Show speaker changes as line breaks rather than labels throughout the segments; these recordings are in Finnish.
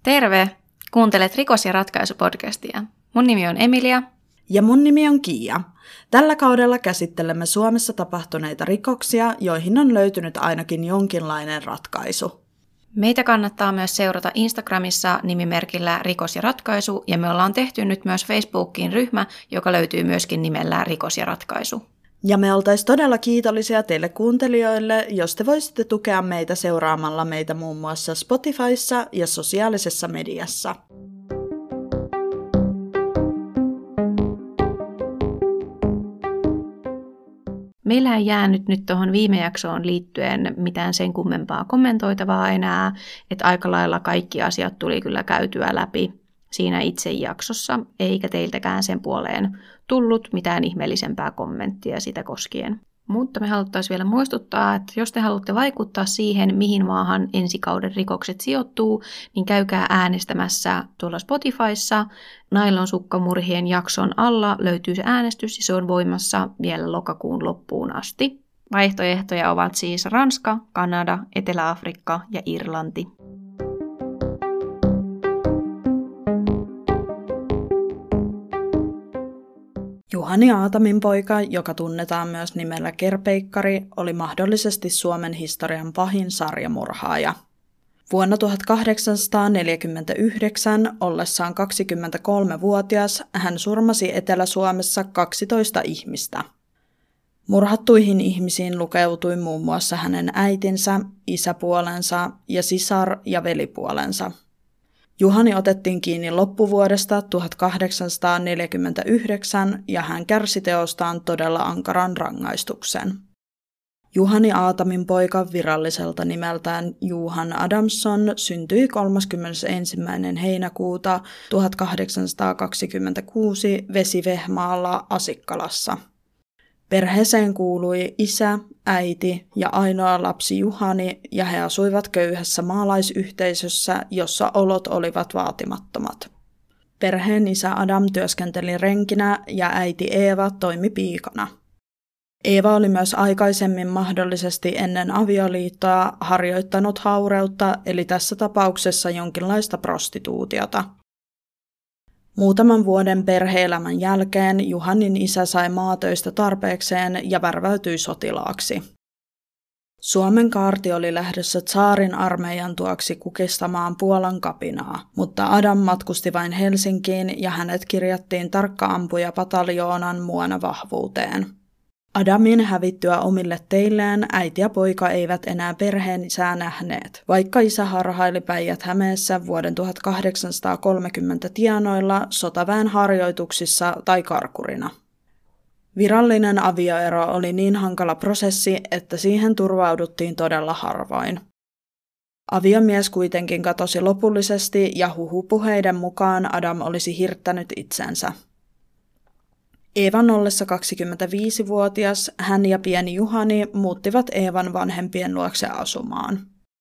Terve! Kuuntelet Rikos- ja ratkaisu-podcastia. Mun nimi on Emilia.
Ja mun nimi on Kiia. Tällä kaudella käsittelemme Suomessa tapahtuneita rikoksia, joihin on löytynyt ainakin jonkinlainen ratkaisu.
Meitä kannattaa myös seurata Instagramissa nimimerkillä Rikos- ja ratkaisu, ja me ollaan tehty nyt myös Facebookiin ryhmä, joka löytyy myöskin nimellä Rikos- ja ratkaisu.
Ja me oltaisiin todella kiitollisia teille kuuntelijoille, jos te voisitte tukea meitä seuraamalla meitä muun muassa Spotifyssa ja sosiaalisessa mediassa.
Meillä ei jäänyt nyt tuohon viime jaksoon liittyen mitään sen kummempaa kommentoitavaa enää, että aika lailla kaikki asiat tuli kyllä käytyä läpi siinä itse jaksossa, eikä teiltäkään sen puoleen tullut mitään ihmeellisempää kommenttia sitä koskien. Mutta me haluttaisiin vielä muistuttaa, että jos te haluatte vaikuttaa siihen, mihin maahan ensi kauden rikokset sijoittuu, niin käykää äänestämässä tuolla Spotifyssa. Nailonsukkamurhien jakson alla löytyy se äänestys ja se on voimassa vielä lokakuun loppuun asti. Vaihtoehtoja ovat siis Ranska, Kanada, Etelä-Afrikka ja Irlanti.
Juhani Aatamin poika, joka tunnetaan myös nimellä Kerpeikkari, oli mahdollisesti Suomen historian pahin sarjamurhaaja. Vuonna 1849, ollessaan 23-vuotias, hän surmasi Etelä-Suomessa 12 ihmistä. Murhattuihin ihmisiin lukeutui muun muassa hänen äitinsä, isäpuolensa ja sisar- ja velipuolensa. Juhani otettiin kiinni loppuvuodesta 1849 ja hän kärsi teostaan todella ankaran rangaistuksen. Juhani Aatamin poika viralliselta nimeltään Johan Adamson syntyi 31. heinäkuuta 1826 Vesivehmaalla Asikkalassa. Perheeseen kuului isä, äiti ja ainoa lapsi Juhani, ja he asuivat köyhässä maalaisyhteisössä, jossa olot olivat vaatimattomat. Perheen isä Adam työskenteli renkinä ja äiti Eeva toimi piikana. Eeva oli myös aikaisemmin mahdollisesti ennen avioliittoa harjoittanut haureutta, eli tässä tapauksessa jonkinlaista prostituutiota. Muutaman vuoden perhe-elämän jälkeen Juhanin isä sai maatöistä tarpeekseen ja värväytyi sotilaaksi. Suomen kaarti oli lähdössä tsaarin armeijan tuoksi kukistamaan Puolan kapinaa, mutta Adam matkusti vain Helsinkiin ja hänet kirjattiin tarkka-ampujapataljoonan muonavahvuuteen. Adamin hävittyä omille teilleen äiti ja poika eivät enää perheen isää nähneet, vaikka isä harhaili Päijät-Hämeessä vuoden 1830 tienoilla, sotaväen harjoituksissa tai karkurina. Virallinen avioero oli niin hankala prosessi, että siihen turvauduttiin todella harvoin. Aviomies kuitenkin katosi lopullisesti ja huhupuheiden mukaan Adam olisi hirttänyt itsensä. Eevan ollessa 25-vuotias hän ja pieni Juhani muuttivat Eevan vanhempien luokse asumaan.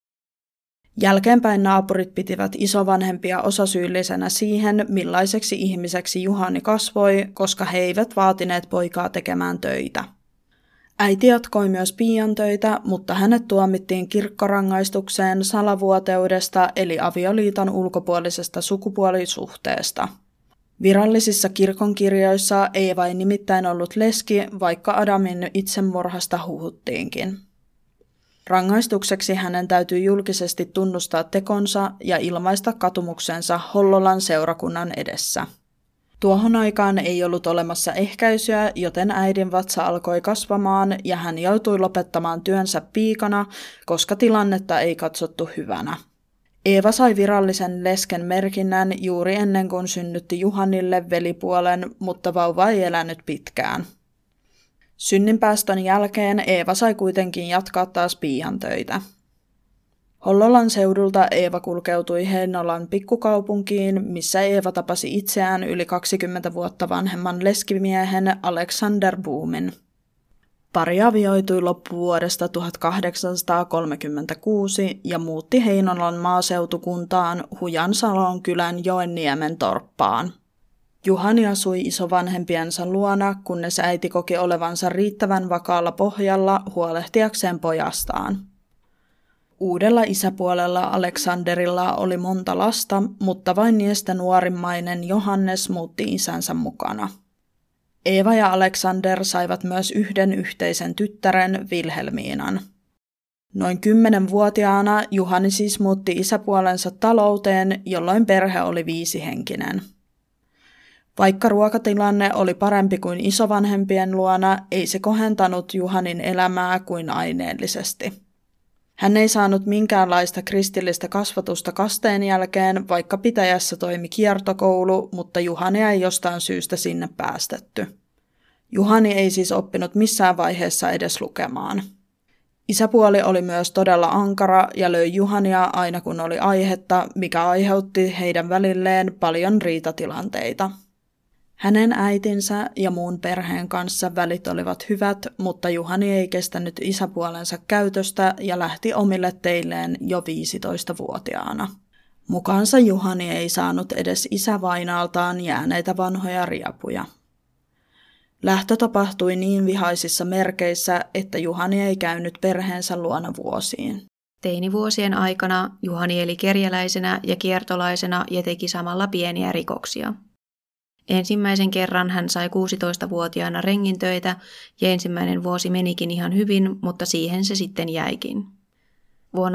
Jälkeenpäin naapurit pitivät isovanhempia osasyyllisenä siihen, millaiseksi ihmiseksi Juhani kasvoi, koska he eivät vaatineet poikaa tekemään töitä. Äiti jatkoi myös piian töitä, mutta hänet tuomittiin kirkkorangaistukseen salavuoteudesta eli avioliiton ulkopuolisesta sukupuolisuhteesta. Virallisissa kirkonkirjoissa Eeva ei nimittäin ollut leski, vaikka Adamin itsemurhasta huhuttiinkin. Rangaistukseksi hänen täytyi julkisesti tunnustaa tekonsa ja ilmaista katumuksensa Hollolan seurakunnan edessä. Tuohon aikaan ei ollut olemassa ehkäisyä, joten äidin vatsa alkoi kasvamaan ja hän joutui lopettamaan työnsä piikana, koska tilannetta ei katsottu hyvänä. Eeva sai virallisen lesken merkinnän juuri ennen kuin synnytti Juhanille velipuolen, mutta vauva ei elänyt pitkään. Synninpäästön jälkeen Eeva sai kuitenkin jatkaa taas piian töitä. Hollolan seudulta Eeva kulkeutui Heinolan pikkukaupunkiin, missä Eeva tapasi itseään yli 20 vuotta vanhemman leskimiehen Alexander Boomin. Pari avioitui loppuvuodesta 1836 ja muutti Heinolan maaseutukuntaan Hujansalon kylän Joenniemen torppaan. Juhani asui isovanhempiensa luona, kunnes äiti koki olevansa riittävän vakaalla pohjalla huolehtiakseen pojastaan. Uudella isäpuolella Aleksanderilla oli monta lasta, mutta vain niistä nuorimmainen Johannes muutti isänsä mukana. Eeva ja Aleksander saivat myös yhden yhteisen tyttären Vilhelmiinan. Noin 10-vuotiaana Juhani siis muutti isäpuolensa talouteen, jolloin perhe oli 5-henkinen. Vaikka ruokatilanne oli parempi kuin isovanhempien luona, ei se kohentanut Juhanin elämää kuin aineellisesti. Hän ei saanut minkäänlaista kristillistä kasvatusta kasteen jälkeen, vaikka pitäjässä toimi kiertokoulu, mutta Juhania ei jostain syystä sinne päästetty. Juhani ei siis oppinut missään vaiheessa edes lukemaan. Isäpuoli oli myös todella ankara ja löi Juhania aina kun oli aihetta, mikä aiheutti heidän välilleen paljon riitatilanteita. Hänen äitinsä ja muun perheen kanssa välit olivat hyvät, mutta Juhani ei kestänyt isäpuolensa käytöstä ja lähti omille teilleen jo 15-vuotiaana. Mukaansa Juhani ei saanut edes isävainaaltaan jääneitä vanhoja riepuja. Lähtö tapahtui niin vihaisissa merkeissä, että Juhani ei käynyt perheensä luona vuosiin.
Teinivuosien aikana Juhani eli kerjäläisenä ja kiertolaisena ja teki samalla pieniä rikoksia. Ensimmäisen kerran hän sai 16-vuotiaana rengintöitä ja ensimmäinen vuosi menikin ihan hyvin, mutta siihen se sitten jäikin. Vuonna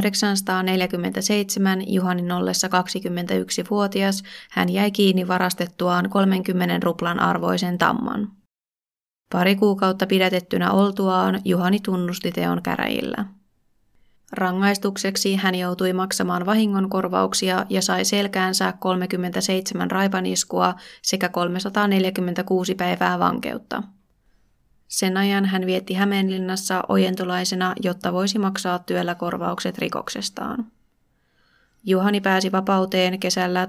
1847 Juhanin ollessa 21-vuotias hän jäi kiinni varastettuaan 30 ruplan arvoisen tamman. Pari kuukautta pidätettynä oltuaan Juhani tunnusti teon käräjillä. Rangaistukseksi hän joutui maksamaan vahingonkorvauksia ja sai selkäänsä 37 raipaniskua sekä 346 päivää vankeutta. Sen ajan hän vietti Hämeenlinnassa ojentulaisena, jotta voisi maksaa työllä korvaukset rikoksestaan. Juhani pääsi vapauteen kesällä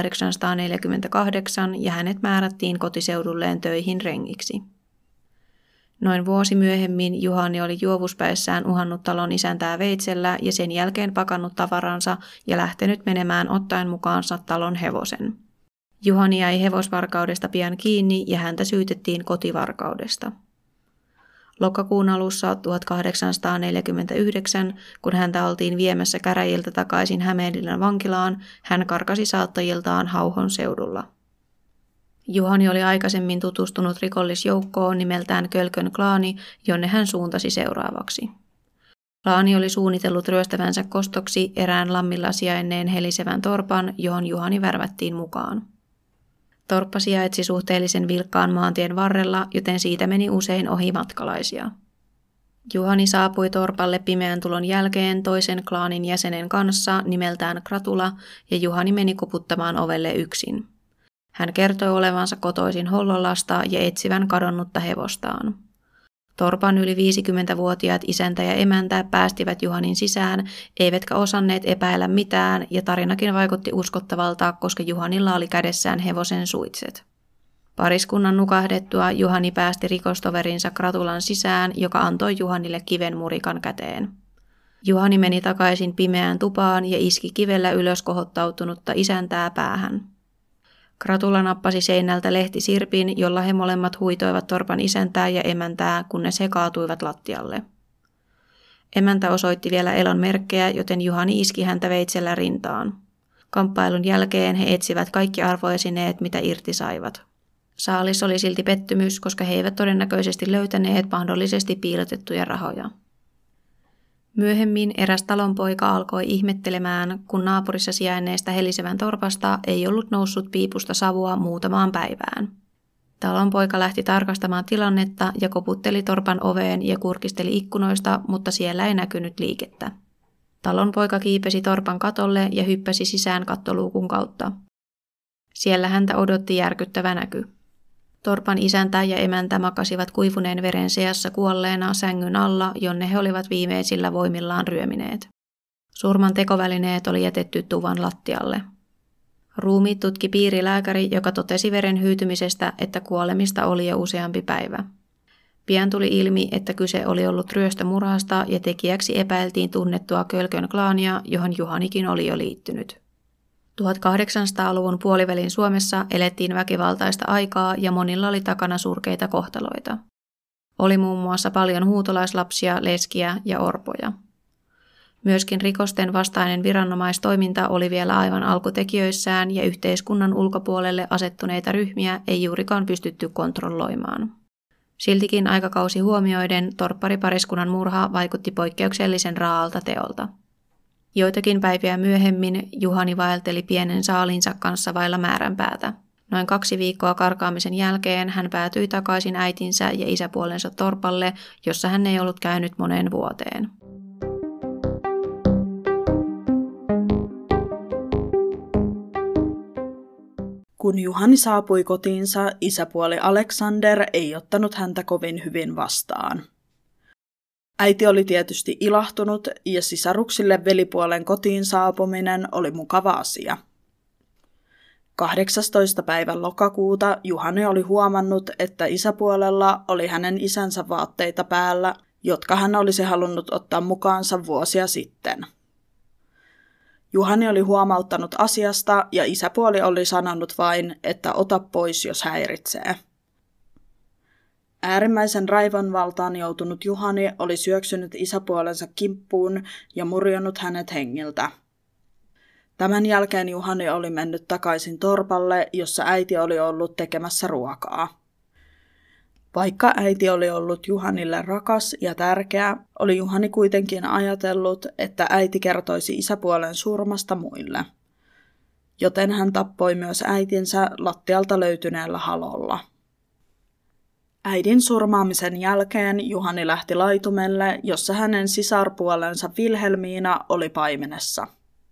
1848 ja hänet määrättiin kotiseudulleen töihin rengiksi. Noin vuosi myöhemmin Juhani oli juovuspäissään uhannut talon isäntää veitsellä ja sen jälkeen pakannut tavaransa ja lähtenyt menemään ottaen mukaansa talon hevosen. Juhani jäi hevosvarkaudesta pian kiinni ja häntä syytettiin kotivarkaudesta. Lokakuun alussa 1849, kun häntä oltiin viemässä käräjiltä takaisin Hämeenlinnan vankilaan, hän karkasi saattajiltaan Hauhon seudulla. Juhani oli aikaisemmin tutustunut rikollisjoukkoon nimeltään Kölkön klaani, jonne hän suuntasi seuraavaksi. Klaani oli suunnitellut ryöstävänsä kostoksi erään lammilla sijainneen helisevän torpan, johon Juhani värvättiin mukaan. Torppa sijaitsi suhteellisen vilkkaan maantien varrella, joten siitä meni usein ohi matkalaisia. Juhani saapui torpalle pimeän tulon jälkeen toisen klaanin jäsenen kanssa nimeltään Kratula, ja Juhani meni koputtamaan ovelle yksin. Hän kertoi olevansa kotoisin Hollolasta ja etsivän kadonnutta hevostaan. Torpan yli 50-vuotiaat isäntä ja emäntä päästivät Juhanin sisään, eivätkä osanneet epäillä mitään, ja tarinakin vaikutti uskottavalta, koska Juhanilla oli kädessään hevosen suitset. Pariskunnan nukahdettua Juhani päästi rikostoverinsa Kratulan sisään, joka antoi Juhanille kiven murikan käteen. Juhani meni takaisin pimeään tupaan ja iski kivellä ylös kohottautunutta isäntää päähän. Kratula nappasi seinältä lehtisirpin, jolla he molemmat huitoivat torpan isäntää ja emäntää, kunnes he kaatuivat lattialle. Emäntä osoitti vielä elon merkkejä, joten Juhani iski häntä veitsellä rintaan. Kamppailun jälkeen he etsivät kaikki arvoesineet, mitä irti saivat. Saalis oli silti pettymys, koska he eivät todennäköisesti löytäneet mahdollisesti piilotettuja rahoja. Myöhemmin eräs talonpoika alkoi ihmettelemään, kun naapurissa sijainneesta helisevän torpasta ei ollut noussut piipusta savua muutamaan päivään. Talonpoika lähti tarkastamaan tilannetta ja koputteli torpan oveen ja kurkisteli ikkunoista, mutta siellä ei näkynyt liikettä. Talonpoika kiipesi torpan katolle ja hyppäsi sisään kattoluukun kautta. Siellä häntä odotti järkyttävä näky. Torpan isäntä ja emäntä makasivat kuivuneen veren seassa kuolleena sängyn alla, jonne he olivat viimeisillä voimillaan ryömineet. Surman tekovälineet oli jätetty tuvan lattialle. Ruumiit tutki piirilääkäri, joka totesi veren hyytymisestä, että kuolemista oli jo useampi päivä. Pian tuli ilmi, että kyse oli ollut ryöstömurhasta ja tekijäksi epäiltiin tunnettua Kölkön klaania, johon Juhanikin oli jo liittynyt. 1800-luvun puolivälin Suomessa elettiin väkivaltaista aikaa ja monilla oli takana surkeita kohtaloita. Oli muun muassa paljon huutolaislapsia, leskiä ja orpoja. Myöskin rikosten vastainen viranomaistoiminta oli vielä aivan alkutekijöissään ja yhteiskunnan ulkopuolelle asettuneita ryhmiä ei juurikaan pystytty kontrolloimaan. Siltikin aikakausi huomioiden torpparipariskunnan murha vaikutti poikkeuksellisen raaalta teolta. Joitakin päiviä myöhemmin Juhani vaelteli pienen saalinsa kanssa vailla määränpäätä. Noin 2 viikkoa karkaamisen jälkeen hän päätyi takaisin äitinsä ja isäpuolensa torpalle, jossa hän ei ollut käynyt moneen vuoteen.
Kun Juhani saapui kotiinsa, isäpuoli Alexander ei ottanut häntä kovin hyvin vastaan. Äiti oli tietysti ilahtunut ja sisaruksille velipuolen kotiin saapuminen oli mukava asia. 18. päivän lokakuuta Juhani oli huomannut, että isäpuolella oli hänen isänsä vaatteita päällä, jotka hän olisi halunnut ottaa mukaansa vuosia sitten. Juhani oli huomauttanut asiasta ja isäpuoli oli sanonut vain, että ota pois, jos häiritsee. Äärimmäisen raivon valtaan joutunut Juhani oli syöksynyt isäpuolensa kimppuun ja murjonut hänet hengiltä. Tämän jälkeen Juhani oli mennyt takaisin torpalle, jossa äiti oli ollut tekemässä ruokaa. Vaikka äiti oli ollut Juhanille rakas ja tärkeä, oli Juhani kuitenkin ajatellut, että äiti kertoisi isäpuolen surmasta muille. Joten hän tappoi myös äitinsä lattialta löytyneellä halolla. Äidin surmaamisen jälkeen Juhani lähti laitumelle, jossa hänen sisarpuolensa Vilhelmiina oli paimenessa.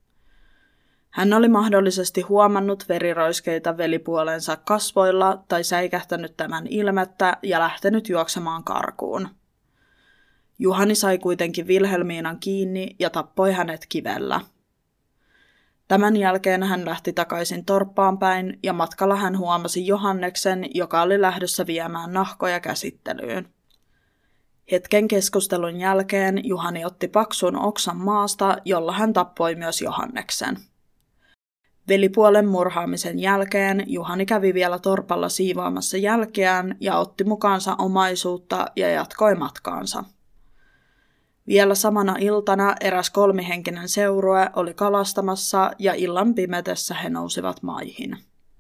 Hän oli mahdollisesti huomannut veriroiskeita velipuolensa kasvoilla tai säikähtänyt tämän ilmettä ja lähtenyt juoksemaan karkuun. Juhani sai kuitenkin Vilhelmiinan kiinni ja tappoi hänet kivellä. Tämän jälkeen hän lähti takaisin torppaan päin ja matkalla hän huomasi Johanneksen, joka oli lähdössä viemään nahkoja käsittelyyn. Hetken keskustelun jälkeen Juhani otti paksun oksan maasta, jolla hän tappoi myös Johanneksen. Velipuolen murhaamisen jälkeen Juhani kävi vielä torpalla siivoamassa jälkeään ja otti mukaansa omaisuutta ja jatkoi matkaansa. Vielä samana iltana eräs 3-henkinen seurue oli kalastamassa ja illan pimetessä he nousivat maihin.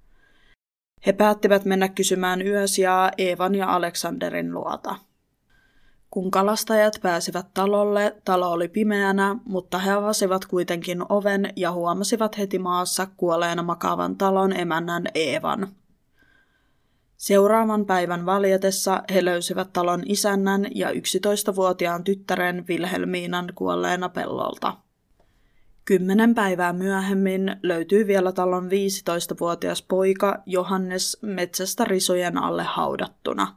He päättivät mennä kysymään yösijaa Eevan ja Aleksanderin luota. Kun kalastajat pääsivät talolle, talo oli pimeänä, mutta he avasivat kuitenkin oven ja huomasivat heti maassa kuolleena makaavan talon emännän Eevan. Seuraavan päivän valjetessa he löysivät talon isännän ja 11-vuotiaan tyttären Vilhelmiinan kuolleena pellolta. 10 päivää myöhemmin löytyi vielä talon 15-vuotias poika Johannes metsästä risujen alle haudattuna.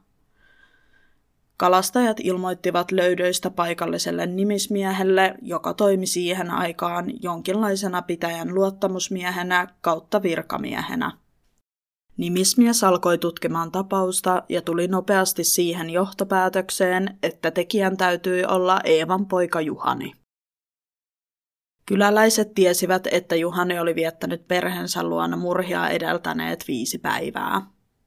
Kalastajat ilmoittivat löydöistä paikalliselle nimismiehelle, joka toimi siihen aikaan jonkinlaisena pitäjän luottamusmiehenä kautta virkamiehenä. Nimismies alkoi tutkimaan tapausta ja tuli nopeasti siihen johtopäätökseen, että tekijän täytyi olla Eevan poika Juhani. Kyläläiset tiesivät, että Juhani oli viettänyt perheensä luona murhia edeltäneet 5 päivää.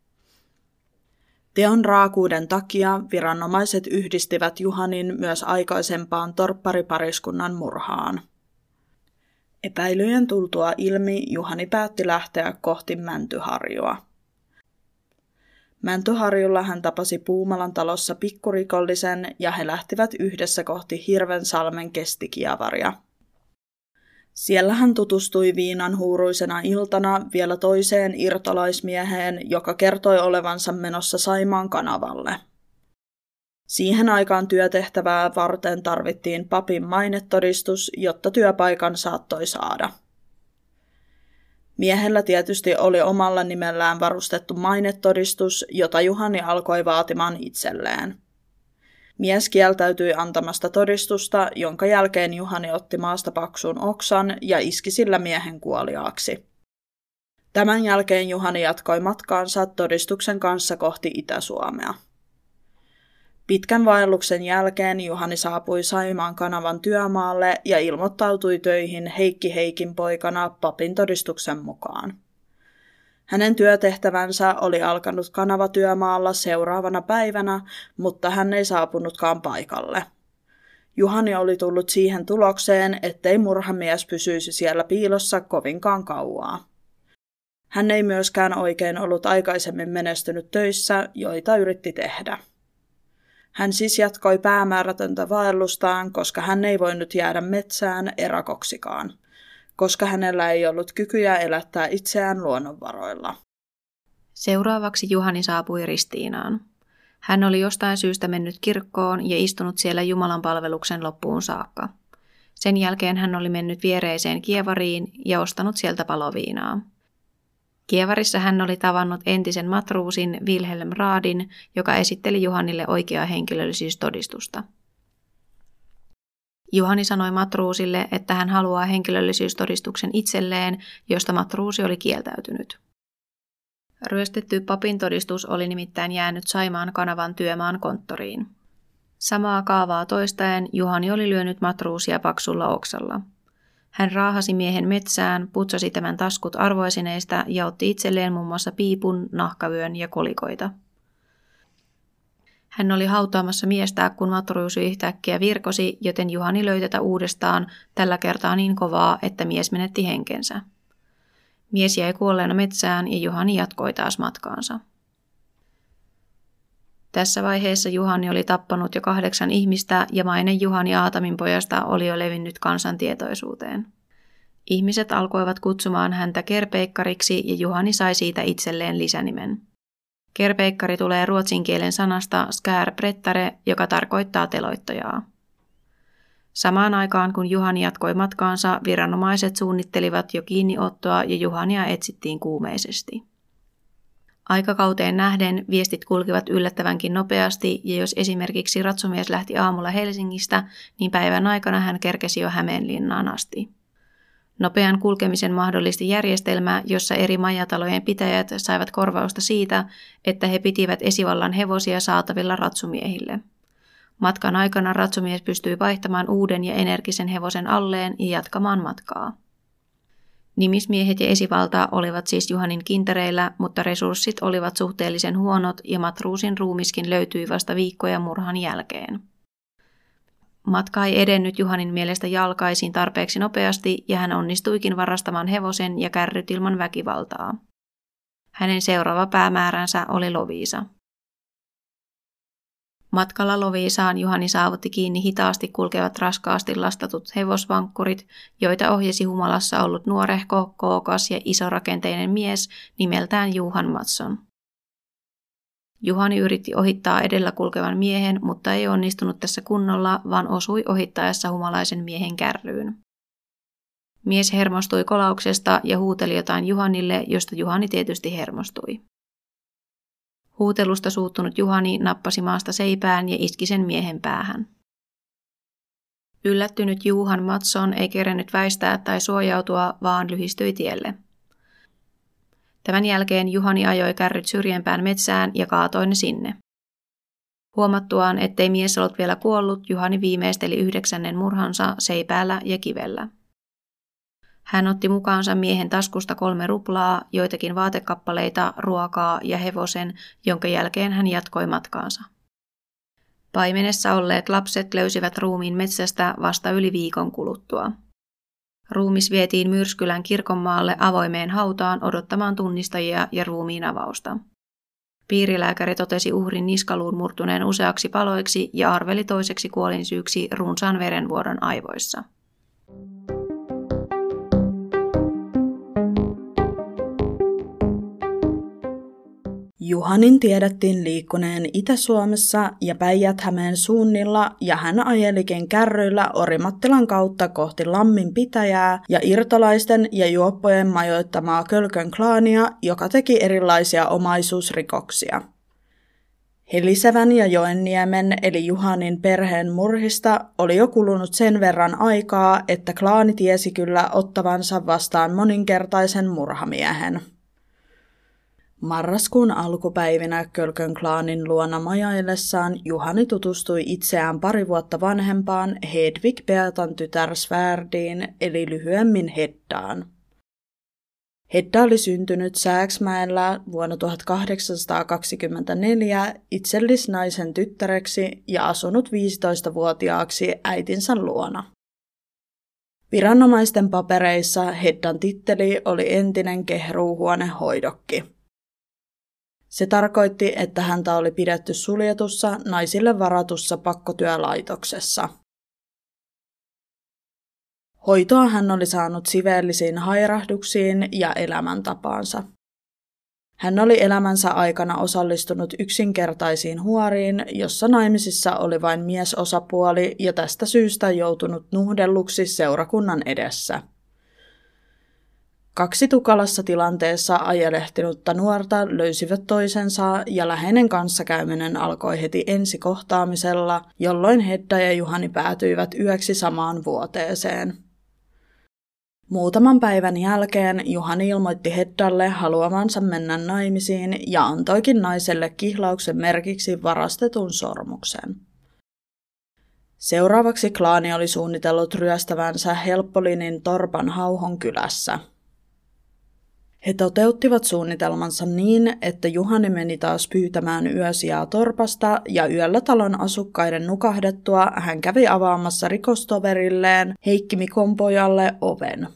Teon raakuuden takia viranomaiset yhdistivät Juhanin myös aikaisempaan torpparipariskunnan murhaan. Epäilyjen tultua ilmi Juhani päätti lähteä kohti Mäntyharjua. Mäntyharjulla hän tapasi Puumalan talossa pikkurikollisen ja he lähtivät yhdessä kohti Hirvensalmen Kestikiavaria. Siellä hän tutustui viinan huuruisena iltana vielä toiseen irtolaismieheen, joka kertoi olevansa menossa Saimaan kanavalle. Siihen aikaan työtehtävää varten tarvittiin papin mainetodistus, jotta työpaikan saattoi saada. Miehellä tietysti oli omalla nimellään varustettu mainetodistus, jota Juhani alkoi vaatimaan itselleen. Mies kieltäytyi antamasta todistusta, jonka jälkeen Juhani otti maasta paksun oksan ja iski sillä miehen kuoliaaksi. Tämän jälkeen Juhani jatkoi matkaansa todistuksen kanssa kohti Itä-Suomea. Pitkän vaelluksen jälkeen Juhani saapui Saimaan kanavan työmaalle ja ilmoittautui töihin Heikki Heikin poikana papin todistuksen mukaan. Hänen työtehtävänsä oli alkanut kanavatyömaalla seuraavana päivänä, mutta hän ei saapunutkaan paikalle. Juhani oli tullut siihen tulokseen, ettei murhamies pysyisi siellä piilossa kovinkaan kauaa. Hän ei myöskään oikein ollut aikaisemmin menestynyt töissä, joita yritti tehdä. Hän siis jatkoi päämäärätöntä vaellustaan, koska hän ei voinut jäädä metsään erakoksikaan, koska hänellä ei ollut kykyjä elättää itseään luonnonvaroilla.
Seuraavaksi Juhani saapui Ristiinaan. Hän oli jostain syystä mennyt kirkkoon ja istunut siellä Jumalan palveluksen loppuun saakka. Sen jälkeen hän oli mennyt viereiseen kievariin ja ostanut sieltä paloviinaa. Kievarissa hän oli tavannut entisen matruusin Wilhelm Raadin, joka esitteli Juhanille oikeaa henkilöllisyystodistusta. Juhani sanoi matruusille, että hän haluaa henkilöllisyystodistuksen itselleen, josta matruusi oli kieltäytynyt. Ryöstetty papin todistus oli nimittäin jäänyt Saimaan kanavan työmaan konttoriin. Samaa kaavaa toistaen Juhani oli lyönyt matruusia paksulla oksalla. Hän raahasi miehen metsään, putsasi tämän taskut arvoesineistä ja otti itselleen muun muassa piipun, nahkavyön ja kolikoita. Hän oli hautaamassa miestä, kun matruusi yhtäkkiä virkosi, joten Juhani löi tätä uudestaan, tällä kertaa niin kovaa, että mies menetti henkensä. Mies jäi kuolleena metsään ja Juhani jatkoi taas matkaansa. Tässä vaiheessa Juhani oli tappanut jo 8 ihmistä ja maine Juhani Aataminpojasta oli jo levinnyt kansantietoisuuteen. Ihmiset alkoivat kutsumaan häntä kerpeikkariksi ja Juhani sai siitä itselleen lisänimen. Kerpeikkari tulee ruotsin kielen sanasta skärbrettare, joka tarkoittaa teloittajaa. Samaan aikaan kun Juhani jatkoi matkaansa, viranomaiset suunnittelivat jo kiinniottoa ja Juhania etsittiin kuumeisesti. Aikakauteen nähden viestit kulkivat yllättävänkin nopeasti ja jos esimerkiksi ratsumies lähti aamulla Helsingistä, niin päivän aikana hän kerkesi jo Hämeenlinnaan asti. Nopean kulkemisen mahdollisti järjestelmä, jossa eri majatalojen pitäjät saivat korvausta siitä, että he pitivät esivallan hevosia saatavilla ratsumiehille. Matkan aikana ratsumies pystyi vaihtamaan uuden ja energisen hevosen alleen ja jatkamaan matkaa. Nimismiehet ja esivalta olivat siis Juhanin kintereillä, mutta resurssit olivat suhteellisen huonot ja matruusin ruumiskin löytyi vasta viikkoja murhan jälkeen. Matka ei edennyt Juhanin mielestä jalkaisin tarpeeksi nopeasti ja hän onnistuikin varastamaan hevosen ja kärryt ilman väkivaltaa. Hänen seuraava päämääränsä oli Loviisa. Matkalla Loviisaan Juhani saavutti kiinni hitaasti kulkevat raskaasti lastatut hevosvankkurit, joita ohjasi humalassa ollut nuorehko, kookas ja isorakenteinen mies nimeltään Johan Mattsson. Juhani yritti ohittaa edellä kulkevan miehen, mutta ei onnistunut tässä kunnolla, vaan osui ohittaessa humalaisen miehen kärryyn. Mies hermostui kolauksesta ja huuteli jotain Juhanille, josta Juhani tietysti hermostui. Huutelusta suuttunut Juhani nappasi maasta seipään ja iski sen miehen päähän. Yllättynyt Johan Mattsson ei kerennyt väistää tai suojautua, vaan lyhistyi tielle. Tämän jälkeen Juhani ajoi kärryt syrjempään metsään ja kaatoi ne sinne. Huomattuaan, ettei mies ollut vielä kuollut, Juhani viimeisteli 9. murhansa seipäällä ja kivellä. Hän otti mukaansa miehen taskusta 3 ruplaa, joitakin vaatekappaleita, ruokaa ja hevosen, jonka jälkeen hän jatkoi matkaansa. Paimenessa olleet lapset löysivät ruumiin metsästä vasta yli viikon kuluttua. Ruumis vietiin Myrskylän kirkonmaalle avoimeen hautaan odottamaan tunnistajia ja ruumiin avausta. Piirilääkäri totesi uhrin niskaluun murtuneen useaksi paloiksi ja arveli toiseksi kuolinsyyksi runsaan verenvuodon aivoissa.
Juhanin tiedettiin liikkuneen Itä-Suomessa ja Päijät-Hämeen suunnilla ja hän ajelikin kärryillä Orimattilan kautta kohti Lammin pitäjää ja irtolaisten ja juoppojen majoittamaa Kölkön klaania, joka teki erilaisia omaisuusrikoksia. Helisevän ja Joenniemen eli Juhanin perheen murhista oli jo kulunut sen verran aikaa, että klaani tiesi kyllä ottavansa vastaan moninkertaisen murhamiehen. Marraskuun alkupäivinä Kölkön klaanin luona majaillessaan Juhani tutustui itseään 2 vuotta vanhempaan Hedvig Beatan tytär Svärdiin eli lyhyemmin Heddaan. Hedda oli syntynyt Sääksmäellä vuonna 1824 itsellisnaisen tyttäreksi ja asunut 15-vuotiaaksi äitinsä luona. Viranomaisten papereissa Heddan titteli oli entinen kehruuhuonehoidokki. Se tarkoitti, että häntä oli pidetty suljetussa naisille varatussa pakkotyölaitoksessa. Hoitoa hän oli saanut siveellisiin hairahduksiin ja elämäntapaansa. Hän oli elämänsä aikana osallistunut yksinkertaisiin huoriin, jossa naimisissa oli vain miesosapuoli ja tästä syystä joutunut nuhdelluksi seurakunnan edessä. 2 tukalassa tilanteessa ajelehtinutta nuorta löysivät toisensa ja läheinen kanssakäyminen alkoi heti ensikohtaamisella, jolloin Hedda ja Juhani päätyivät yöksi samaan vuoteeseen. Muutaman päivän jälkeen Juhani ilmoitti Heddalle haluamansa mennä naimisiin ja antoikin naiselle kihlauksen merkiksi varastetun sormuksen. Seuraavaksi klaani oli suunnitellut ryöstävänsä Helppolinin torpan Hauhon kylässä. He toteuttivat suunnitelmansa niin, että Juhani meni taas pyytämään yösijaa torpasta ja yöllä talon asukkaiden nukahdettua hän kävi avaamassa rikostoverilleen Heikki Mikon pojalle oven.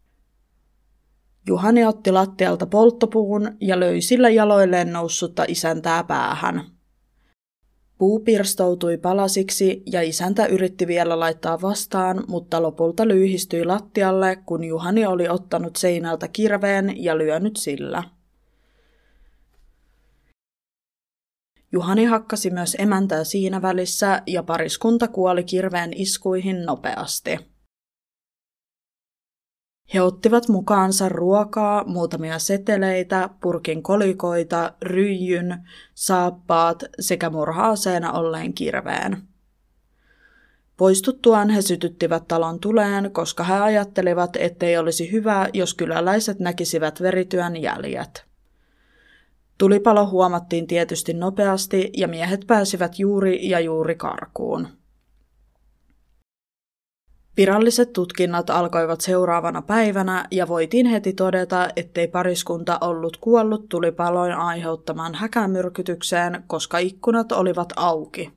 Juhani otti lattialta polttopuun ja löi sillä jaloilleen noussutta isäntää päähän. Puu pirstoutui palasiksi ja isäntä yritti vielä laittaa vastaan, mutta lopulta lyyhistyi lattialle, kun Juhani oli ottanut seinältä kirveen ja lyönyt sillä. Juhani hakkasi myös emäntää siinä välissä ja pariskunta kuoli kirveen iskuihin nopeasti. He ottivat mukaansa ruokaa, muutamia seteleitä, purkin kolikoita, ryijyn, saappaat sekä murha-aseena olleen kirveen. Poistuttuaan he sytyttivät talon tuleen, koska he ajattelivat, ettei olisi hyvä, jos kyläläiset näkisivät verityön jäljet. Tulipalo huomattiin tietysti nopeasti ja miehet pääsivät juuri karkuun. Viralliset tutkinnat alkoivat seuraavana päivänä ja voitiin heti todeta, ettei pariskunta ollut kuollut tulipaloin aiheuttamaan häkämyrkytykseen, koska ikkunat olivat auki.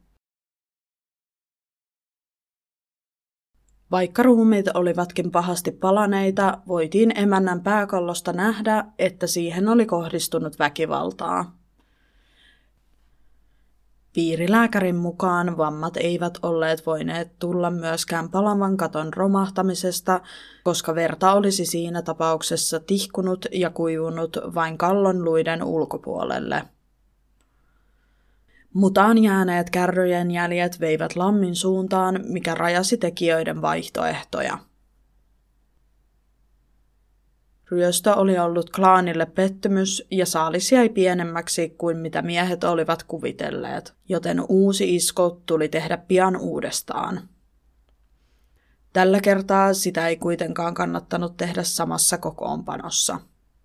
Vaikka ruumiit olivatkin pahasti palaneita, voitiin emännän pääkallosta nähdä, että siihen oli kohdistunut väkivaltaa. Piirilääkärin mukaan vammat eivät olleet voineet tulla myöskään palavan katon romahtamisesta, koska verta olisi siinä tapauksessa tihkunut ja kuivunut vain kallon luiden ulkopuolelle. Mutaan jääneet kärryjen jäljet veivät lammin suuntaan, mikä rajasi tekijöiden vaihtoehtoja. Ryöstö oli ollut klaanille pettymys ja saalis jäi pienemmäksi kuin mitä miehet olivat kuvitelleet, joten uusi isku tuli tehdä pian uudestaan. Tällä kertaa sitä ei kuitenkaan kannattanut tehdä samassa kokoonpanossa.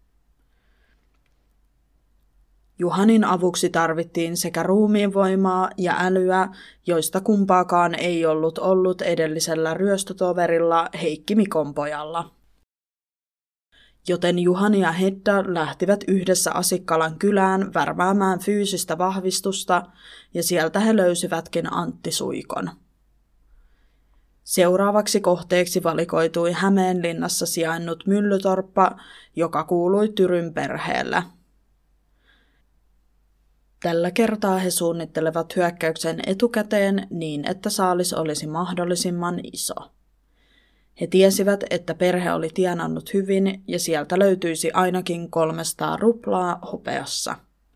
Juhanin avuksi tarvittiin sekä ruumiinvoimaa ja älyä, joista kumpaakaan ei ollut edellisellä ryöstötoverilla Heikki Mikon pojalla. Joten Juhani ja Hedda lähtivät yhdessä Asikkalan kylään värväämään fyysistä vahvistusta ja sieltä he löysivätkin Antti Suikon. Seuraavaksi kohteeksi valikoitui Hämeenlinnassa sijainnut myllytorppa, joka kuului Tyryn perheelle. Tällä kertaa he suunnittelevat hyökkäyksen etukäteen niin, että saalis olisi mahdollisimman iso. He tiesivät, että perhe oli tienannut hyvin ja sieltä löytyisi ainakin 300 ruplaa hopeassa.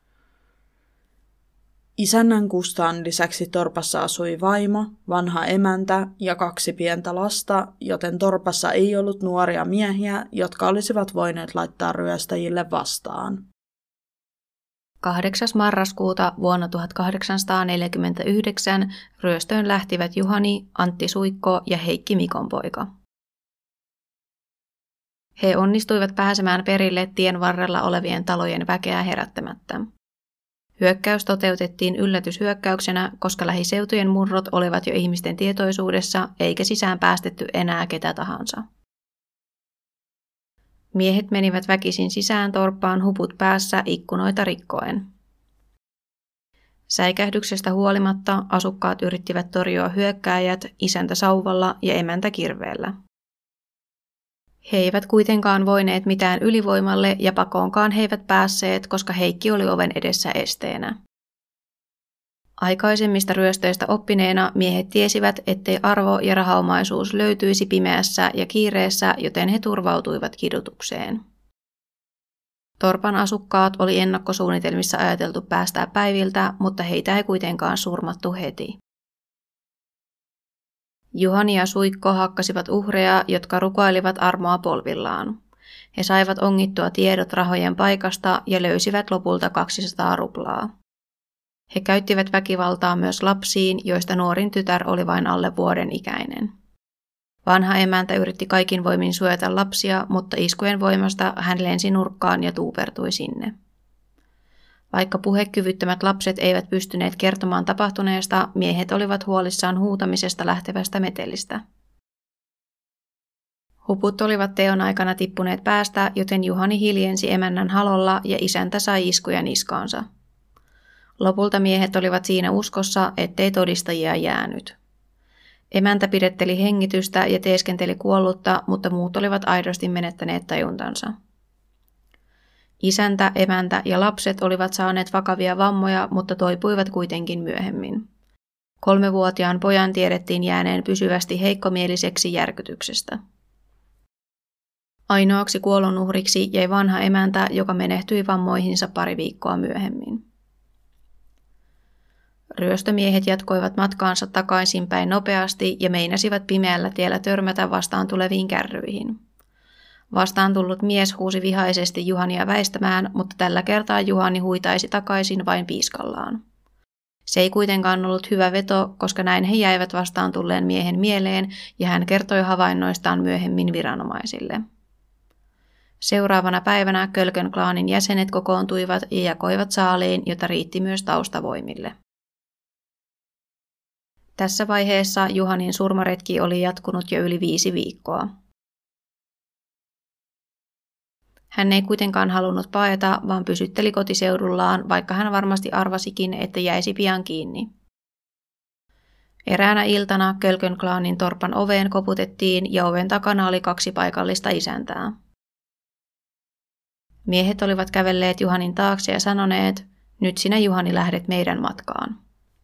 Isännän Kustaan lisäksi torpassa asui vaimo, vanha emäntä ja 2 pientä lasta, joten torpassa ei ollut nuoria miehiä, jotka olisivat voineet laittaa ryöstäjille vastaan.
8. marraskuuta vuonna 1849 ryöstöön lähtivät Juhani, Antti Suikko ja Heikki Mikon poika. He onnistuivat pääsemään perille tien varrella olevien talojen väkeä herättämättä. Hyökkäys toteutettiin yllätyshyökkäyksenä, koska lähiseutujen murrot olivat jo ihmisten tietoisuudessa eikä sisään päästetty enää ketä tahansa. Miehet menivät väkisin sisään torppaan huput päässä ikkunoita rikkoen. Säikähdyksestä huolimatta asukkaat yrittivät torjua hyökkääjät isäntä sauvalla ja emäntä kirveellä. He eivät kuitenkaan voineet mitään ylivoimalle ja pakoonkaan he eivät päässeet, koska Heikki oli oven edessä esteenä. Aikaisemmista ryöstöistä oppineena miehet tiesivät, ettei arvo ja rahaomaisuus löytyisi pimeässä ja kiireessä, joten he turvautuivat kidutukseen. Torpan asukkaat oli ennakkosuunnitelmissa ajateltu päästää päiviltä, mutta heitä ei kuitenkaan surmattu heti. Juhani ja Suikko hakkasivat uhreja, jotka rukoilivat armoa polvillaan. He saivat ongittua tiedot rahojen paikasta ja löysivät lopulta 200 ruplaa. He käyttivät väkivaltaa myös lapsiin, joista nuorin tytär oli vain alle vuoden ikäinen. Vanha emäntä yritti kaikin voimin suojata lapsia, mutta iskujen voimasta hän lensi nurkkaan ja tuupertui sinne. Vaikka puhekyvyttömät lapset eivät pystyneet kertomaan tapahtuneesta, miehet olivat huolissaan huutamisesta lähtevästä metelistä. Huput olivat teon aikana tippuneet päästä, joten Juhani hiljensi emännän halolla ja isäntä sai iskuja niskaansa. Lopulta miehet olivat siinä uskossa, ettei todistajia jäänyt. Emäntä pidetteli hengitystä ja teeskenteli kuollutta, mutta muut olivat aidosti menettäneet tajuntansa. Isäntä, emäntä ja lapset olivat saaneet vakavia vammoja, mutta toipuivat kuitenkin myöhemmin. 3-vuotiaan pojan tiedettiin jääneen pysyvästi heikkomieliseksi järkytyksestä. Ainoaksi kuolonuhriksi jäi vanha emäntä, joka menehtyi vammoihinsa pari viikkoa myöhemmin. Ryöstömiehet jatkoivat matkaansa takaisinpäin nopeasti ja meinasivat pimeällä tiellä törmätä vastaan tuleviin kärryihin. Vastaan tullut mies huusi vihaisesti Juhania väistämään, mutta tällä kertaa Juhani huitaisi takaisin vain piiskallaan. Se ei kuitenkaan ollut hyvä veto, koska näin he jäivät vastaan tulleen miehen mieleen ja hän kertoi havainnoistaan myöhemmin viranomaisille. Seuraavana päivänä Kölkön klaanin jäsenet kokoontuivat ja jakoivat saaliin, jota riitti myös taustavoimille. Tässä vaiheessa Juhanin surmaretki oli jatkunut jo yli 5 viikkoa. Hän ei kuitenkaan halunnut paeta, vaan pysytteli kotiseudullaan, vaikka hän varmasti arvasikin, että jäisi pian kiinni. Eräänä iltana Kölkön klaanin torpan oveen koputettiin ja oven takana oli 2 paikallista isäntää. Miehet olivat kävelleet Juhanin taakse ja sanoneet, nyt sinä Juhani lähdet meidän matkaan.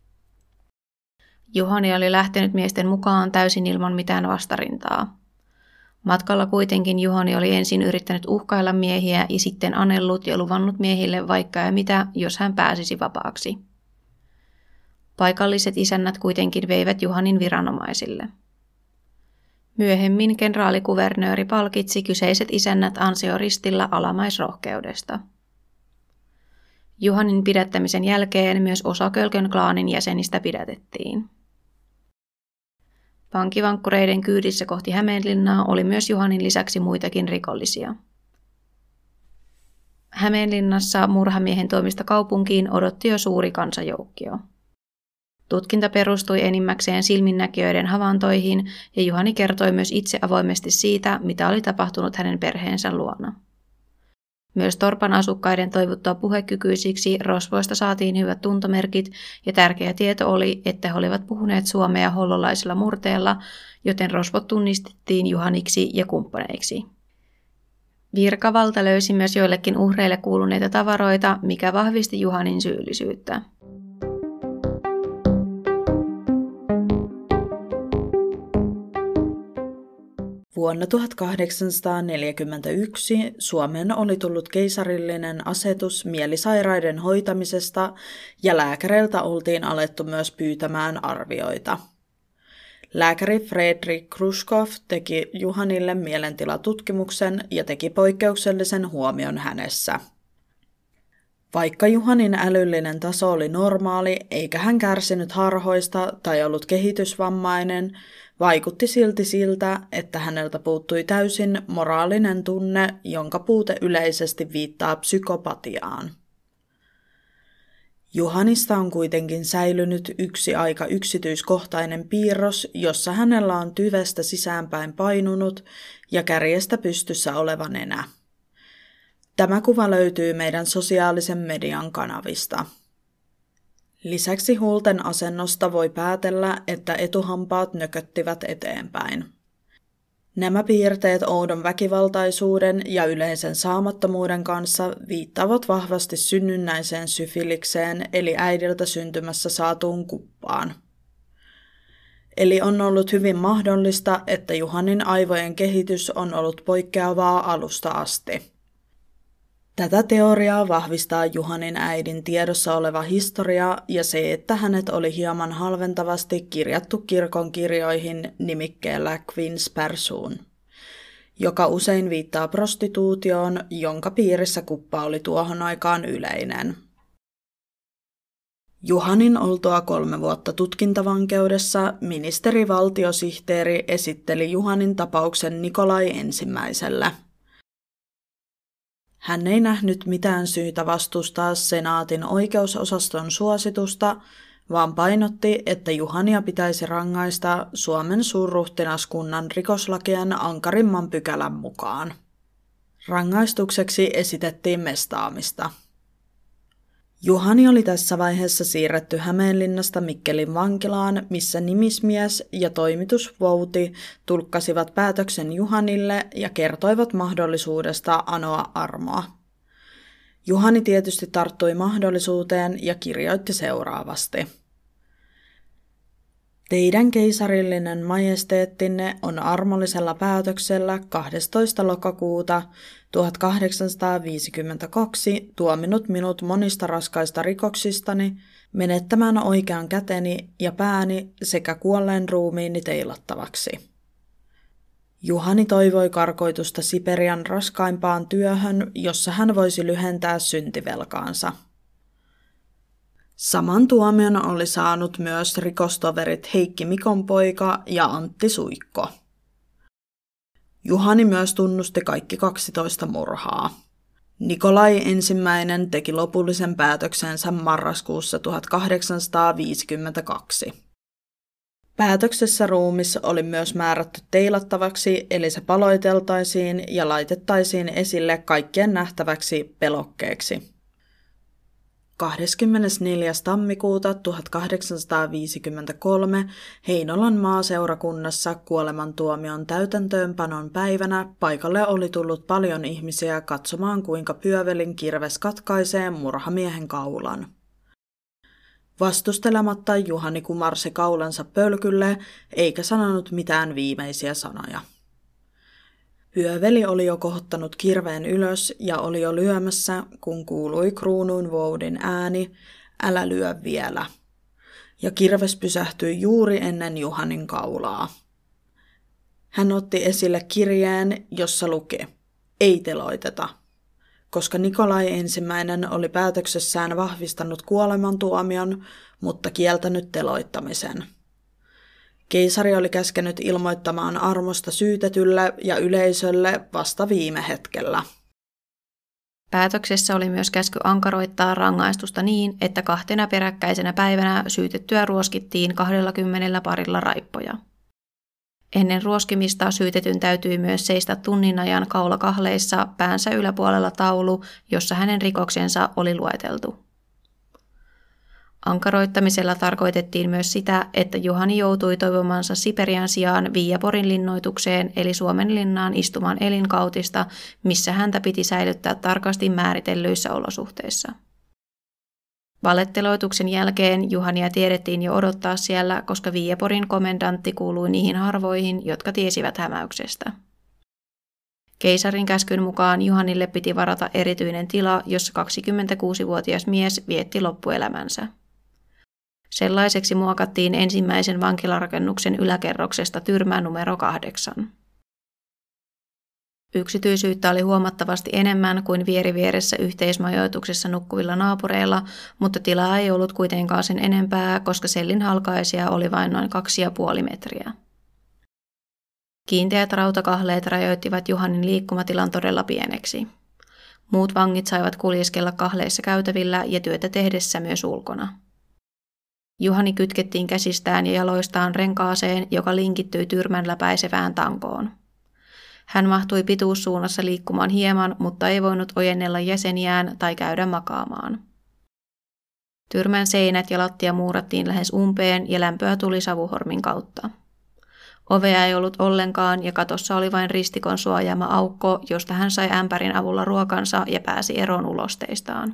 Juhani oli lähtenyt miesten mukaan täysin ilman mitään vastarintaa. Matkalla kuitenkin Juhani oli ensin yrittänyt uhkailla miehiä ja sitten anellut ja luvannut miehille vaikka ja mitä, jos hän pääsisi vapaaksi. Paikalliset isännät kuitenkin veivät Juhanin viranomaisille. Myöhemmin kenraalikuvernööri palkitsi kyseiset isännät ansioristillä alamaisrohkeudesta. Juhanin pidättämisen jälkeen myös osa Kölkön klaanin jäsenistä pidätettiin. Vankivankkureiden kyydissä kohti Hämeenlinnaa oli myös Juhanin lisäksi muitakin rikollisia. Hämeenlinnassa murhamiehen toimista kaupunkiin odotti jo suuri kansajoukkio. Tutkinta perustui enimmäkseen silminnäkijöiden havaintoihin ja Juhani kertoi myös itse avoimesti siitä, mitä oli tapahtunut hänen perheensä luona. Myös torpan asukkaiden toivottua puhekykyisiksi rosvoista saatiin hyvät tuntomerkit ja tärkeä tieto oli, että he olivat puhuneet suomea hollolaisella murteella, joten rosvot tunnistettiin Juhaniksi ja kumppaneiksi. Virkavalta löysi myös joillekin uhreille kuuluneita tavaroita, mikä vahvisti Juhanin syyllisyyttä.
Vuonna 1841 Suomeen oli tullut keisarillinen asetus mielisairaiden hoitamisesta ja lääkäreiltä oltiin alettu myös pyytämään arvioita. Lääkäri Fredrik Krushkov teki Juhanille mielentilatutkimuksen ja teki poikkeuksellisen huomion hänessä. Vaikka Juhanin älyllinen taso oli normaali, eikä hän kärsinyt harhoista tai ollut kehitysvammainen, vaikutti silti siltä, että häneltä puuttui täysin moraalinen tunne, jonka puute yleisesti viittaa psykopatiaan. Juhanista on kuitenkin säilynyt yksi aika yksityiskohtainen piirros, jossa hänellä on tyvestä sisäänpäin painunut ja kärjestä pystyssä oleva nenä. Tämä kuva löytyy meidän sosiaalisen median kanavista. Lisäksi huulten asennosta voi päätellä, että etuhampaat nököttivät eteenpäin. Nämä piirteet oudon väkivaltaisuuden ja yleisen saamattomuuden kanssa viittaavat vahvasti synnynnäiseen syfilikseen eli äidiltä syntymässä saatuun kuppaan. Eli on ollut hyvin mahdollista, että Juhanin aivojen kehitys on ollut poikkeavaa alusta asti. Tätä teoriaa vahvistaa Juhanin äidin tiedossa oleva historia ja se, että hänet oli hieman halventavasti kirjattu kirkon kirjoihin nimikkeellä Queen's Persoon, joka usein viittaa prostituutioon, jonka piirissä kuppa oli tuohon aikaan yleinen. Juhanin oltua 3 vuotta tutkintavankeudessa ministerivaltiosihteeri esitteli Juhanin tapauksen Nikolai I. Hän ei nähnyt mitään syytä vastustaa senaatin oikeusosaston suositusta, vaan painotti, että Juhania pitäisi rangaista Suomen suurruhtinaskunnan rikoslakien ankarimman pykälän mukaan. Rangaistukseksi esitettiin mestaamista. Juhani oli tässä vaiheessa siirretty Hämeenlinnasta Mikkelin vankilaan, missä nimismies ja toimitusvouti tulkkasivat päätöksen Juhanille ja kertoivat mahdollisuudesta anoa armoa. Juhani tietysti tarttui mahdollisuuteen ja kirjoitti seuraavasti. Teidän keisarillinen majesteettinne on armollisella päätöksellä 12. lokakuuta 1852 tuominut minut monista raskaista rikoksistani, menettämään oikean käteni ja pääni sekä kuolleen ruumiini teilattavaksi. Juhani toivoi karkoitusta Siperian raskaimpaan työhön, jossa hän voisi lyhentää syntivelkaansa. Saman tuomion oli saanut myös rikostoverit Heikki Mikonpoika ja Antti Suikko. Juhani myös tunnusti kaikki 12 murhaa. Nikolai I teki lopullisen päätöksensä marraskuussa 1852. Päätöksessä ruumis oli myös määrätty teilattavaksi, eli se paloiteltaisiin ja laitettaisiin esille kaikkien nähtäväksi pelokkeeksi. 24. tammikuuta 1853 Heinolan maaseurakunnassa kuolemantuomion täytäntöönpanon päivänä paikalle oli tullut paljon ihmisiä katsomaan, kuinka pyövelin kirves katkaisee murhamiehen kaulan. Vastustelematta Juhani kumarsi kaulansa pölkylle eikä sanonut mitään viimeisiä sanoja. Pyöveli oli jo kohottanut kirveen ylös ja oli jo lyömässä, kun kuului kruununvoudin ääni, älä lyö vielä. Ja kirves pysähtyi juuri ennen Juhanin kaulaa. Hän otti esille kirjeen, jossa luki, ei teloiteta, koska Nikolai I oli päätöksessään vahvistanut kuolemantuomion, mutta kieltänyt teloittamisen. Keisari oli käskenyt ilmoittamaan armosta syytetylle ja yleisölle vasta viime hetkellä.
Päätöksessä oli myös käsky ankaroittaa rangaistusta niin, että 2 peräkkäisenä päivänä syytettyä ruoskittiin 20 parilla raippoja. Ennen ruoskimista syytetyn täytyi myös seistä tunnin ajan kaulakahleissa päänsä yläpuolella taulu, jossa hänen rikoksensa oli lueteltu. Ankaroittamisella tarkoitettiin myös sitä, että Juhani joutui toivomansa Siperian sijaan Viiaporin linnoitukseen eli Suomen linnaan istumaan elinkautista, missä häntä piti säilyttää tarkasti määritellyissä olosuhteissa. Valetteloituksen jälkeen Juhania tiedettiin jo odottaa siellä, koska Viiaporin komendantti kuului niihin harvoihin, jotka tiesivät hämäyksestä. Keisarin käskyn mukaan Juhanille piti varata erityinen tila, jossa 26-vuotias mies vietti loppuelämänsä. Sellaiseksi muokattiin ensimmäisen vankilarakennuksen yläkerroksesta tyrmä numero 8. Yksityisyyttä oli huomattavasti enemmän kuin vierivieressä yhteismajoituksessa nukkuvilla naapureilla, mutta tilaa ei ollut kuitenkaan sen enempää, koska sellin halkaisia oli vain noin 2,5 metriä. Kiinteät rautakahleet rajoittivat Juhanin liikkumatilan todella pieneksi. Muut vangit saivat kuljeskella kahleissa käytävillä ja työtä tehdessä myös ulkona. Juhani kytkettiin käsistään ja jaloistaan renkaaseen, joka linkittyi tyrmän läpäisevään tankoon. Hän mahtui pituussuunnassa liikkumaan hieman, mutta ei voinut ojennella jäseniään tai käydä makaamaan. Tyrmän seinät ja lattia muurattiin lähes umpeen ja lämpöä tuli savuhormin kautta. Ovea ei ollut ollenkaan ja katossa oli vain ristikon suojaama aukko, josta hän sai ämpärin avulla ruokansa ja pääsi eroon ulosteistaan.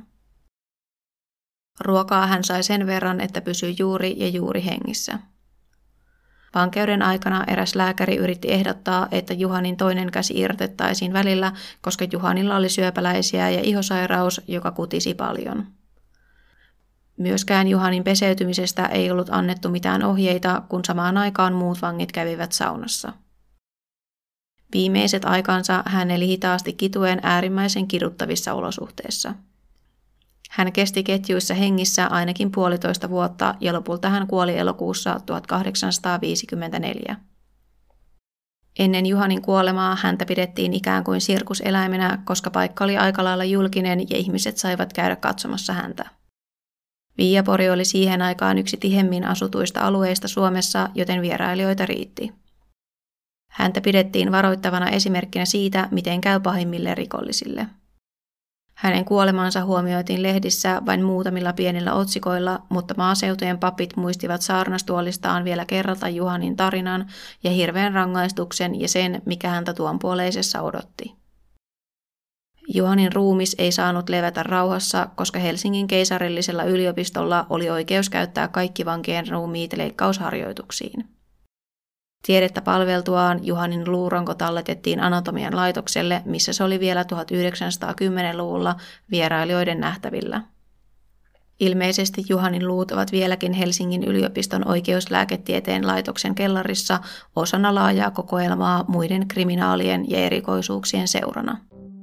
Ruokaa hän sai sen verran, että pysyi juuri hengissä. Vankeuden aikana eräs lääkäri yritti ehdottaa, että Juhanin toinen käsi irrotettaisiin välillä, koska Juhanilla oli syöpäläisiä ja ihosairaus, joka kutisi paljon. Myöskään Juhanin peseytymisestä ei ollut annettu mitään ohjeita, kun samaan aikaan muut vangit kävivät saunassa. Viimeiset aikansa hän eli hitaasti kituen äärimmäisen kiduttavissa olosuhteissa. Hän kesti ketjuissa hengissä ainakin 1,5 vuotta ja lopulta hän kuoli elokuussa 1854. Ennen Juhanin kuolemaa häntä pidettiin ikään kuin sirkuseläimenä, koska paikka oli aika lailla julkinen ja ihmiset saivat käydä katsomassa häntä. Viiapori oli siihen aikaan yksi tihemmin asutuista alueista Suomessa, joten vierailijoita riitti. Häntä pidettiin varoittavana esimerkkinä siitä, miten käy pahimmille rikollisille. Hänen kuolemansa huomioitiin lehdissä vain muutamilla pienillä otsikoilla, mutta maaseutujen papit muistivat saarnastuolistaan vielä kerrata Juhanin tarinan ja hirveän rangaistuksen ja sen, mikä häntä tuonpuoleisessa odotti. Juhanin ruumis ei saanut levätä rauhassa, koska Helsingin keisarillisella yliopistolla oli oikeus käyttää kaikki vankien ruumiit leikkausharjoituksiin. Tiedettä palveltuaan Juhanin luuranko talletettiin anatomian laitokselle, missä se oli vielä 1910-luvulla vierailijoiden nähtävillä. Ilmeisesti Juhanin luut ovat vieläkin Helsingin yliopiston oikeuslääketieteen laitoksen kellarissa osana laajaa kokoelmaa muiden kriminaalien ja erikoisuuksien seurana.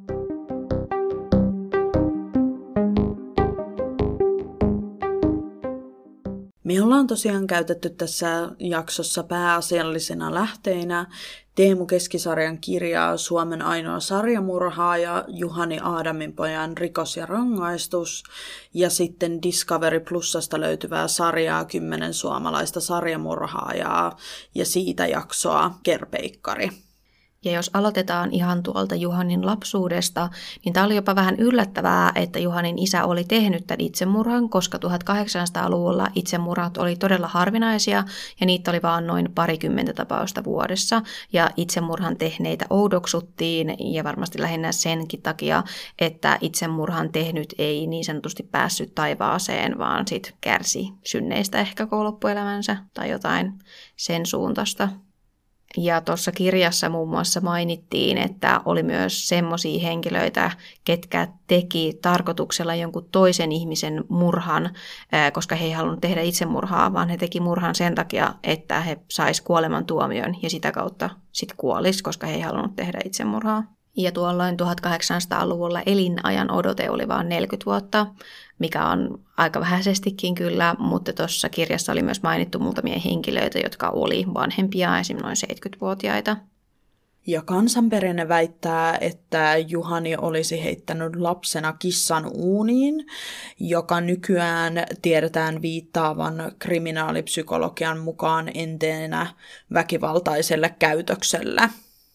Me ollaan tosiaan käytetty tässä jaksossa pääasiallisena lähteinä Teemu Keskisarjan kirjaa Suomen ainoa sarjamurhaaja, Juhani Aadaminpojan Rikos ja rangaistus, ja sitten Discovery Plusasta löytyvää sarjaa 10 suomalaista sarjamurhaajaa ja siitä jaksoa Kerpeikkari.
Ja jos aloitetaan ihan tuolta Juhanin lapsuudesta, niin tämä oli jopa vähän yllättävää, että Juhanin isä oli tehnyt tämän itsemurhan, koska 1800-luvulla itsemurhat oli todella harvinaisia ja niitä oli vaan noin 20 tapausta vuodessa. Ja itsemurhan tehneitä oudoksuttiin ja varmasti lähinnä senkin takia, että itsemurhan tehnyt ei niin sanotusti päässyt taivaaseen, vaan sitten kärsi synneistä ehkä koko loppuelämänsä tai jotain sen suuntaista. Ja tuossa kirjassa muun muassa mainittiin, että oli myös semmoisia henkilöitä, ketkä teki tarkoituksella jonkun toisen ihmisen murhan, koska he ei halunnut tehdä itsemurhaa, vaan he teki murhan sen takia, että he sais kuolemantuomion ja sitä kautta sitten kuolisi, koska he ei halunnut tehdä itsemurhaa. Ja tuolloin 1800-luvulla elinajan odote oli vain 40 vuotta, mikä on aika vähäisestikin kyllä, mutta tuossa kirjassa oli myös mainittu muutamia henkilöitä, jotka oli vanhempia, esimerkiksi noin 70-vuotiaita.
Ja kansanperinne väittää, että Juhani olisi heittänyt lapsena kissan uuniin, joka nykyään tiedetään viittaavan kriminaalipsykologian mukaan enteenä väkivaltaiselle käytökselle.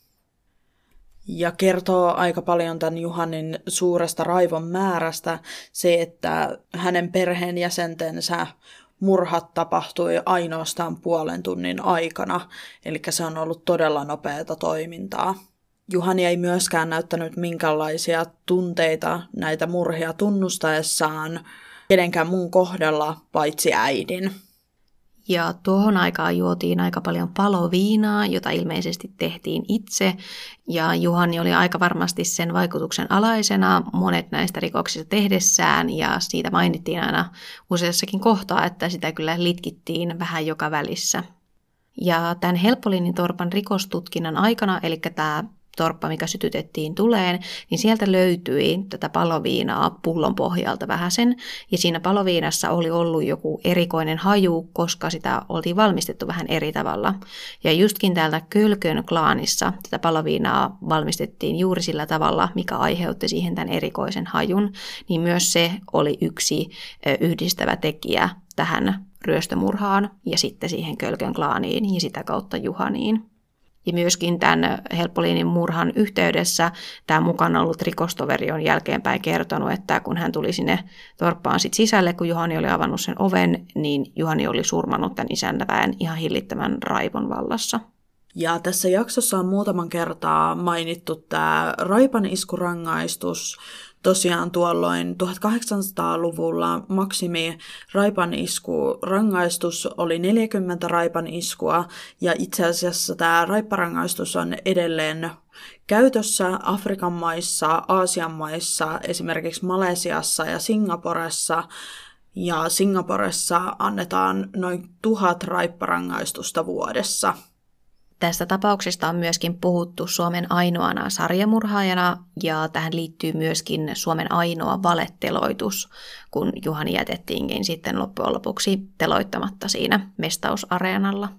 Ja kertoo aika paljon tämän Juhanin suuresta raivon määrästä se, että hänen perheenjäsentensä murhat tapahtui ainoastaan 0,5 tunnin aikana, eli se on ollut todella nopeata toimintaa. Juhani ei myöskään näyttänyt minkäänlaisia tunteita näitä murhia tunnustaessaan kenenkään muun kohdalla paitsi äidin.
Ja tuohon aikaan juotiin aika paljon paloviinaa, jota ilmeisesti tehtiin itse, ja Juhani oli aika varmasti sen vaikutuksen alaisena monet näistä rikoksista tehdessään, ja siitä mainittiin aina useassakin kohtaa, että sitä kyllä litkittiin vähän joka välissä. Ja tämän Helppolinin-torpan rikostutkinnan aikana, eli tämä torppa, mikä sytytettiin tuleen, niin sieltä löytyi tätä paloviinaa pullon pohjalta vähäsen. Ja siinä paloviinassa oli ollut joku erikoinen haju, koska sitä oltiin valmistettu vähän eri tavalla. Ja justkin täältä Kölkön klaanissa tätä paloviinaa valmistettiin juuri sillä tavalla, mikä aiheutti siihen tämän erikoisen hajun. Niin myös se oli yksi yhdistävä tekijä tähän ryöstömurhaan ja sitten siihen Kölkön klaaniin ja sitä kautta Juhaniin. Ja myöskin tämän Helppolinin murhan yhteydessä tämä mukana ollut rikostoveri on jälkeenpäin kertonut, että kun hän tuli sinne torppaan sit sisälle, kun Juhani oli avannut sen oven, niin Juhani oli surmannut tämän isännäväen ihan hillittömän raivon vallassa.
Ja tässä jaksossa on muutaman kertaa mainittu tämä raipan iskurangaistus. Tosiaan tuolloin 1800-luvulla maksimi raipan iskurangaistus oli 40 raipan iskua, ja itse asiassa tämä raipparangaistus on edelleen käytössä Afrikan maissa, Aasian maissa, esimerkiksi Malesiassa ja Singaporessa. Ja Singaporessa annetaan noin 1000 raipparangaistusta vuodessa.
Tästä tapauksesta on myöskin puhuttu Suomen ainoana sarjamurhaajana, ja tähän liittyy myöskin Suomen ainoa valetteloitus, kun Juhani jätettiinkin sitten loppujen lopuksi teloittamatta siinä mestausareenalla.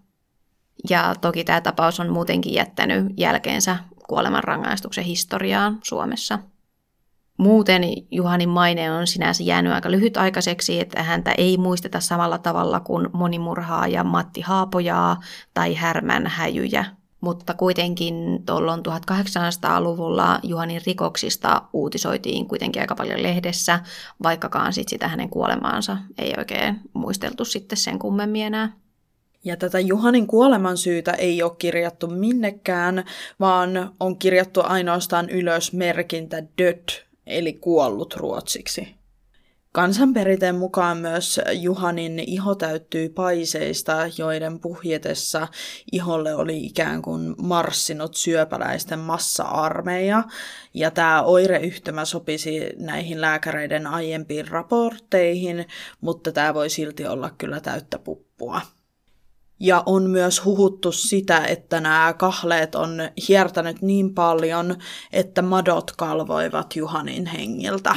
Ja toki tämä tapaus on muutenkin jättänyt jälkeensä kuolemanrangaistuksen historiaan Suomessa. Muuten Juhanin maine on sinänsä jäänyt aika lyhytaikaiseksi, että häntä ei muisteta samalla tavalla kuin monimurhaaja Matti Haapojaa tai Härmän Häjyjä. Mutta kuitenkin tuolloin 1800-luvulla Juhanin rikoksista uutisoitiin kuitenkin aika paljon lehdessä, vaikkakaan sitä hänen kuolemaansa ei oikein muisteltu sitten sen kummemmin enää.
Ja tätä Juhanin kuoleman syytä ei ole kirjattu minnekään, vaan on kirjattu ainoastaan ylös merkintä död, eli kuollut ruotsiksi. Kansanperinteen mukaan myös Juhanin iho täyttyi paiseista, joiden puhjetessa iholle oli ikään kuin marssinut syöpäläisten massa-armeija, ja tämä oireyhtymä sopisi näihin lääkäreiden aiempiin raportteihin, mutta tämä voi silti olla kyllä täyttä puppua. Ja on myös huhuttu sitä, että nämä kahleet on hiertänyt niin paljon, että madot kalvoivat Juhanin hengiltä.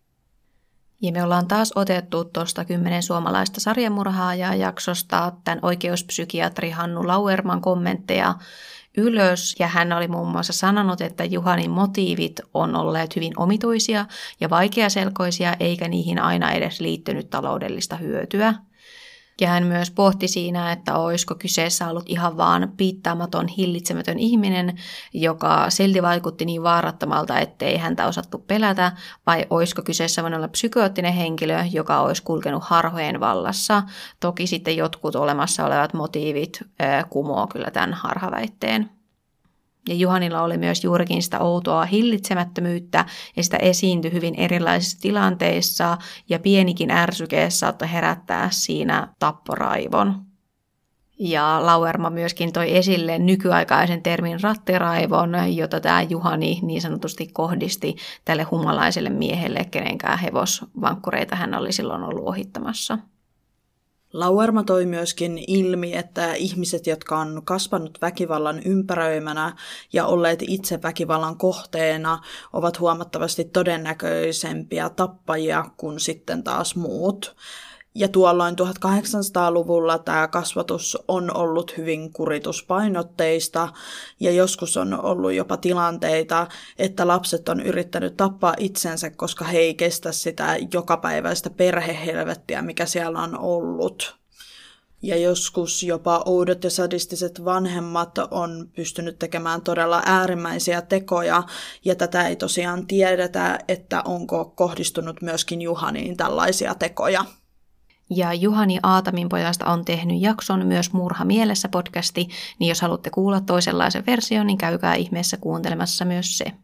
Ja me ollaan taas otettu tuosta 10 suomalaista sarjamurhaajaa jaksosta tämän oikeuspsykiatri Hannu Lauerman kommentteja ylös. Ja hän oli muun muassa sanonut, että Juhanin motiivit on olleet hyvin omituisia ja vaikeaselkoisia, eikä niihin aina edes liittynyt taloudellista hyötyä. Ja hän myös pohti siinä, että olisiko kyseessä ollut ihan vaan piittaamaton, hillitsemätön ihminen, joka silti vaikutti niin vaarattomalta, ettei häntä osattu pelätä, vai olisiko kyseessä voinut olla psykoottinen henkilö, joka olisi kulkenut harhojen vallassa. Toki sitten jotkut olemassa olevat motiivit kumoo kyllä tämän harhaväitteen. Ja Juhanilla oli myös juurikin sitä outoa hillitsemättömyyttä, ja sitä esiintyi hyvin erilaisissa tilanteissa, ja pienikin ärsyke saattoi herättää siinä tapporaivon. Ja Lauerma myöskin toi esille nykyaikaisen termin rattiraivon, jota tämä Juhani niin sanotusti kohdisti tälle humalaiselle miehelle, kenenkään hevosvankkureita hän oli silloin ollut ohittamassa.
Lauerma toi myöskin ilmi, että ihmiset, jotka on kasvanut väkivallan ympäröimänä ja olleet itse väkivallan kohteena, ovat huomattavasti todennäköisempiä tappajia kuin sitten taas muut. Ja tuolloin 1800-luvulla tämä kasvatus on ollut hyvin kurituspainotteista, ja joskus on ollut jopa tilanteita, että lapset on yrittänyt tappaa itsensä, koska he ei kestä sitä jokapäiväistä perhehelvettiä, mikä siellä on ollut. Ja joskus jopa oudot ja sadistiset vanhemmat on pystynyt tekemään todella äärimmäisiä tekoja, ja tätä ei tosiaan tiedetä, että onko kohdistunut myöskin Juhaniin tällaisia tekoja.
Ja Juhani Aataminpojasta on tehnyt jakson myös Murha mielessä podcasti, niin jos haluatte kuulla toisenlaisen version, niin käykää ihmeessä kuuntelemassa myös se.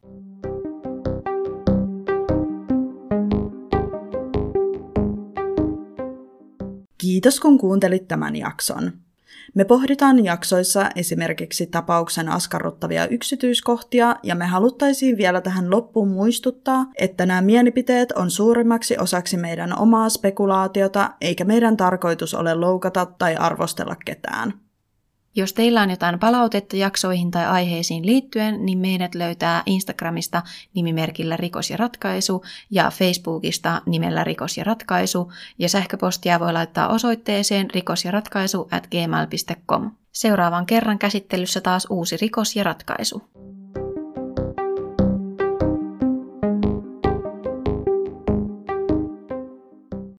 Kiitos kun kuuntelit tämän jakson. Me pohditaan jaksoissa esimerkiksi tapauksen askarruttavia yksityiskohtia, ja me haluttaisiin vielä tähän loppuun muistuttaa, että nämä mielipiteet on suurimmaksi osaksi meidän omaa spekulaatiota, eikä meidän tarkoitus ole loukata tai arvostella ketään.
Jos teillä on jotain palautetta jaksoihin tai aiheisiin liittyen, niin meidät löytää Instagramista nimimerkillä Rikos ja Ratkaisu ja Facebookista nimellä Rikos ja Ratkaisu, ja sähköpostia voi laittaa osoitteeseen rikosjaratkaisu@gmail.com. Seuraavan kerran käsittelyssä taas uusi Rikos ja Ratkaisu.